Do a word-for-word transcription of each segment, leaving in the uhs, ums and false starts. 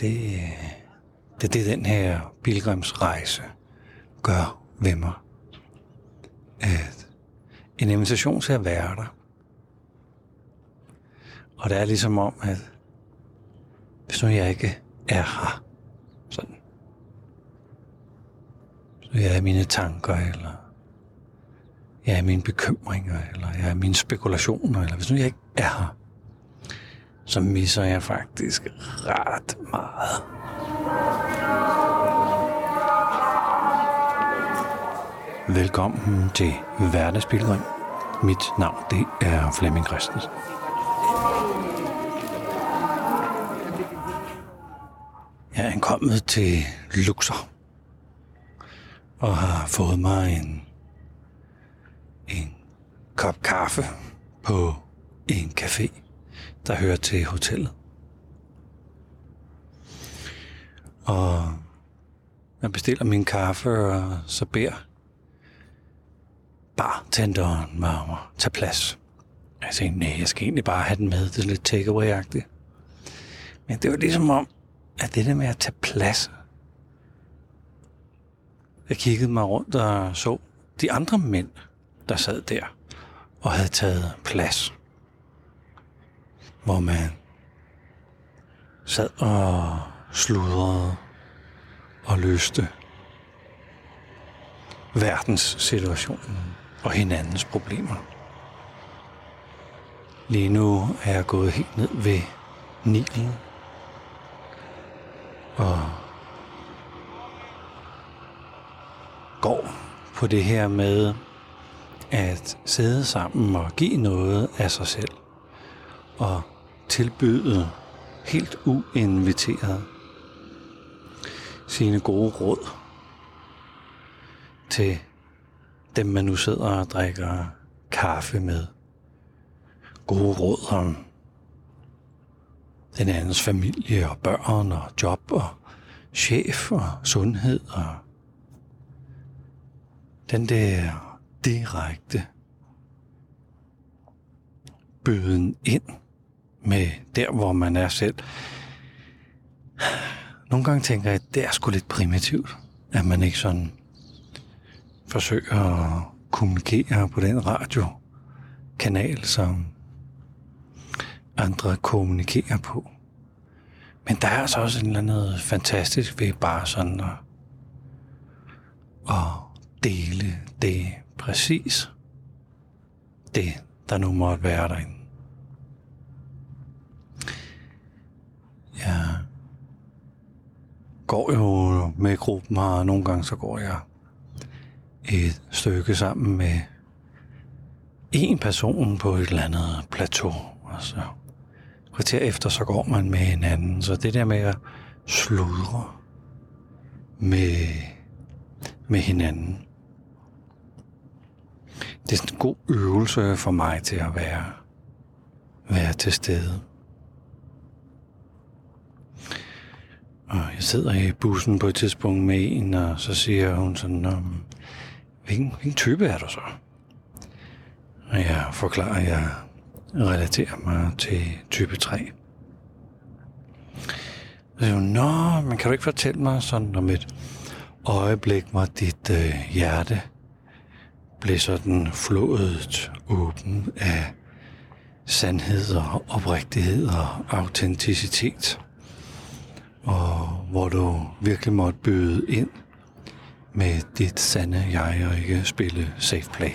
det, det er det, den her pilgrimsrejse gør ved mig. At en invitation til at være der. Og det er ligesom om, at hvis nu jeg ikke er her, sådan, så jeg er i mine tanker, eller jeg er i mine bekymringer, eller jeg er i mine spekulationer, eller hvis nu jeg ikke er her, så misser jeg faktisk ret meget. Velkommen til Hverdagspilgrim. Mit navn, det er Flemming Christensen. Jeg er ankommet til Luxor og har fået mig en, en kop kaffe på en café, der hører til hotellet. Og jeg bestiller min kaffe, og så beder bartenderen mig om at tage plads. Jeg tænkte, nej, jeg skal egentlig bare have den med. Det er lidt takeaway-agtigt. Men det var ligesom om, at det der med at tage plads. Jeg kiggede mig rundt og så de andre mænd, der sad der og havde taget plads. Hvor man sad og sludrede og løste verdenssituationen og hinandens problemer. Lige nu er jeg gået helt ned ved Nilen og går på det her med at sidde sammen og give noget af sig selv og tilbyde helt uinviteret sine gode råd til dem, man nu sidder og drikker kaffe med. Gode råd om den andens familie og børn og job og chef og sundhed og den der direkte bøden ind med der, hvor man er selv. Nogle gange tænker jeg, at det er sgu lidt primitivt, at man ikke sådan forsøger at kommunikere på den radiokanal, som andre kommunikerer på. Men der er altså også en eller andet fantastisk ved bare sådan at, at dele det præcis, det der nu måtte være derinde. Jeg går jo med gruppen her, og nogle gange så går jeg et stykke sammen med en person på et eller andet plateau, og så kvarter efter, så går man med hinanden. Så det der med at sludre med, med hinanden, det er sådan en god øvelse for mig til at være, være til stede. Og jeg sidder i bussen på et tidspunkt med en, og så siger hun sådan, hvilken, hvilken type er du så? Og jeg forklarer, at jeg relaterer mig til type tre. Så siger hun, nå, men kan du ikke fortælle mig sådan om et øjeblik, hvor dit øh, hjerte blev sådan flået åben af sandhed og oprigtighed og autenticitet, og hvor du virkelig måtte byde ind med dit sande jeg og ikke spille safe play.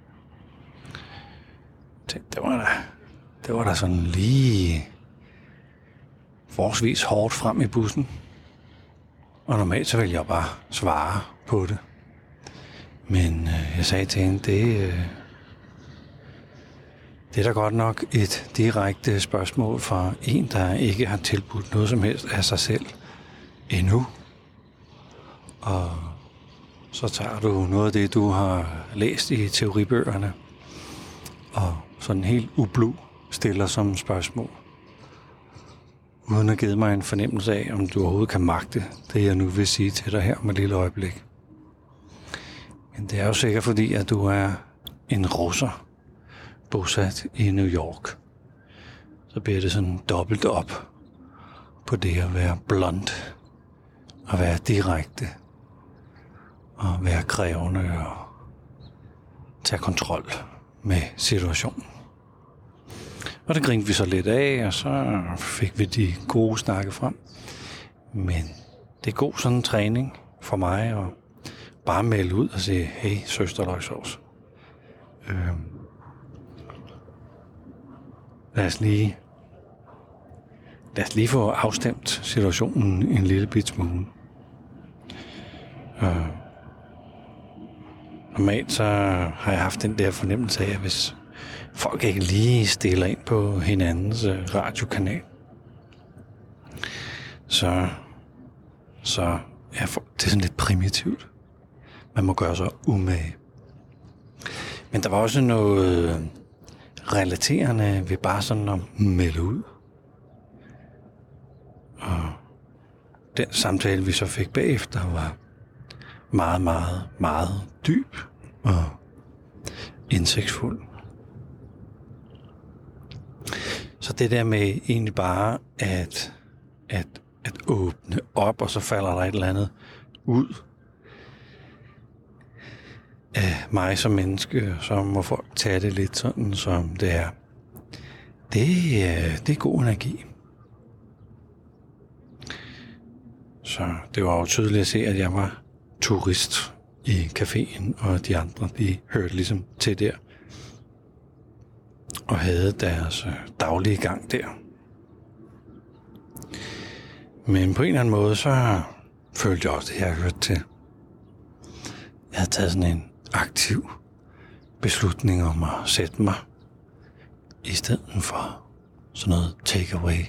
Det var da, det var da sådan lige forholdsvis hårdt frem i bussen. Og normalt så ville jeg bare svare på det. Men øh, jeg sagde til hende, det, øh, det er da godt nok et direkte spørgsmål fra en, der ikke har tilbudt noget som helst af sig selv endnu. Og så tager du noget af det, du har læst i teoribøgerne, og sådan helt ublu stiller som spørgsmål, uden at give mig en fornemmelse af, om du overhovedet kan magte det, jeg nu vil sige til dig her om et lille øjeblik. Men det er jo sikkert fordi, at du er en russer, bosat i New York. Så bliver det sådan dobbelt op på det at være blunt, og være direkte, og være krævende og tage kontrol med situationen. Og det grinede vi så lidt af, og så fik vi de gode snakke frem. Men det er god sådan en træning for mig at bare melde ud og sige, hey søsterløgsovs. Øhm, lad os lige lad os lige få afstemt situationen en lille bit smule. Øh, normalt så har jeg haft den der fornemmelse af, at hvis folk ikke lige stiller ind på hinandens radiokanal, så, så ja, det er sådan lidt primitivt. Man må gøre sig umage. Men der var også noget relaterende ved bare sådan at melde ud. Og den samtale, vi så fik bagefter, var meget, meget, meget dyb og indsigtsfuld. Så det der med egentlig bare at, at, at åbne op, og så falder der et eller andet ud af mig som menneske, så må folk tage det lidt sådan, som det er. Det, det er god energi. Så det var jo tydeligt at se, at jeg var turist i caféen, og de andre, de hørte ligesom til der, og havde deres daglige gang der. Men på en eller anden måde, så følte jeg også, at jeg hørte til. Jeg havde taget sådan en aktiv beslutning om at sætte mig, i stedet for sådan noget takeaway.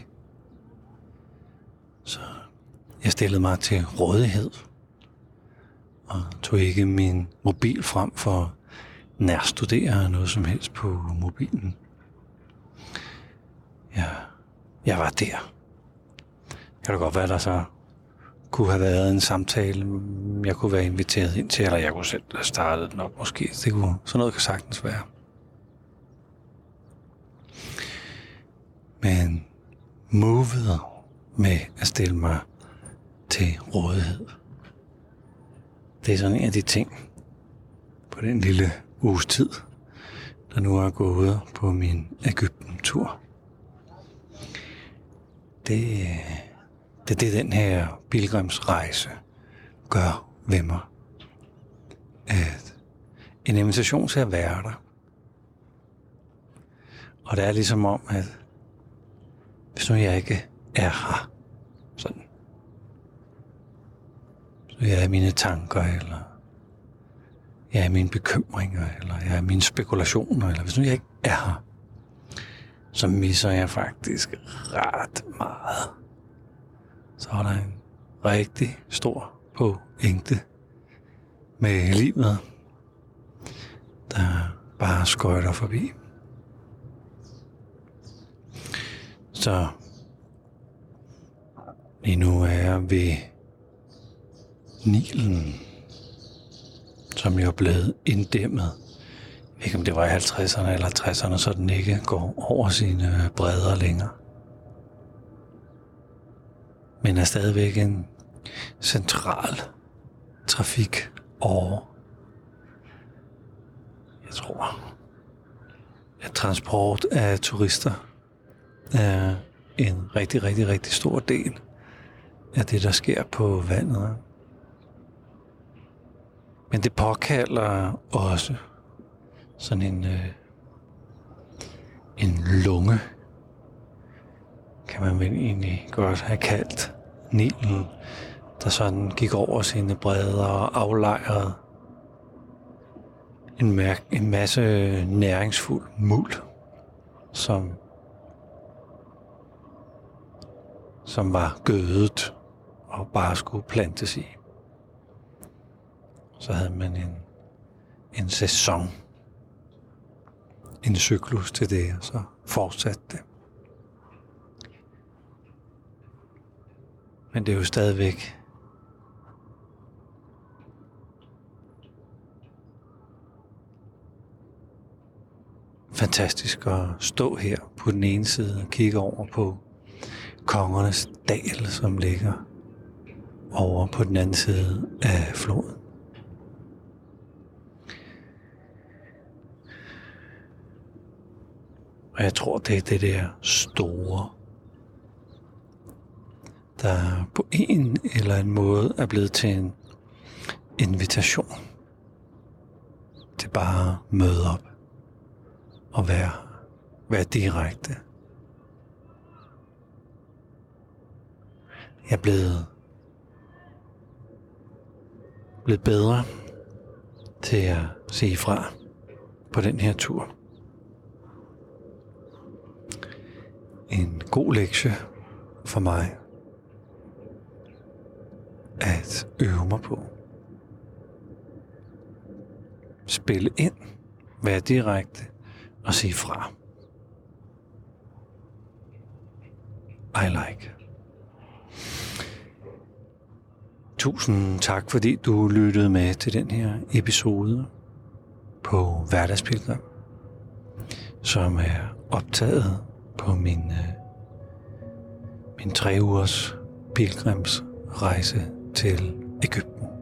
Så jeg stillede mig til rådighed, og tog ikke min mobil frem for at nærstudere noget som helst på mobilen. Ja, jeg var der. Kan det godt være, der så kunne have været en samtale, jeg kunne være inviteret ind til, eller jeg kunne selv have startet den op måske. Det kunne, sådan noget kan sagtens være. Men movet med at stille mig til rådighed, det er sådan en af de ting på den lille uges tid, der nu er gået på min Egypten-tur. Det, det er det, den her pilgrimsrejse gør ved mig. At en invitation til at være der. Og det er ligesom om, at hvis nu jeg ikke er her, sådan, så jeg er i mine tanker, eller jeg er i mine bekymringer, eller jeg er i mine spekulationer, eller hvis nu jeg ikke er her, så misser jeg faktisk ret meget. Så er der en rigtig stor pointe med livet, der bare skøjter forbi. Så lige nu er jeg ved Nilen, som jo er blevet inddæmmet. Jeg ved ikke, om det var i halvtredserne eller tresserne, så den ikke går over sine bredder længere. Men er stadigvæk en central trafikåre. Jeg tror, at transport af turister er en rigtig, rigtig, rigtig stor del af det, der sker på vandet. Men det påkalder også sådan en, øh, en lunge, kan man vel egentlig godt have kaldt Nilen, der sådan gik over sine bredder og aflejrede en, mær- en masse næringsfuld muld, som, som var gødet og bare skulle plantes i. Så havde man en, en sæson, en cyklus til det, og så fortsatte det. Men det er jo stadigvæk fantastisk at stå her på den ene side og kigge over på Kongernes Dal, som ligger over på den anden side af floden. Og jeg tror, det er det der store, der på en eller anden måde er blevet til en invitation til bare at møde op og være, være direkte. Jeg er blevet, blevet bedre til at sige fra på den her tur. En god lektie for mig at øve mig på. Spille ind, være direkte og sige fra. I like. Tusind tak, fordi du lyttede med til den her episode på Hverdagspilgrim, som er optaget på min, min tre ugers pilgrimsrejse til Egypten.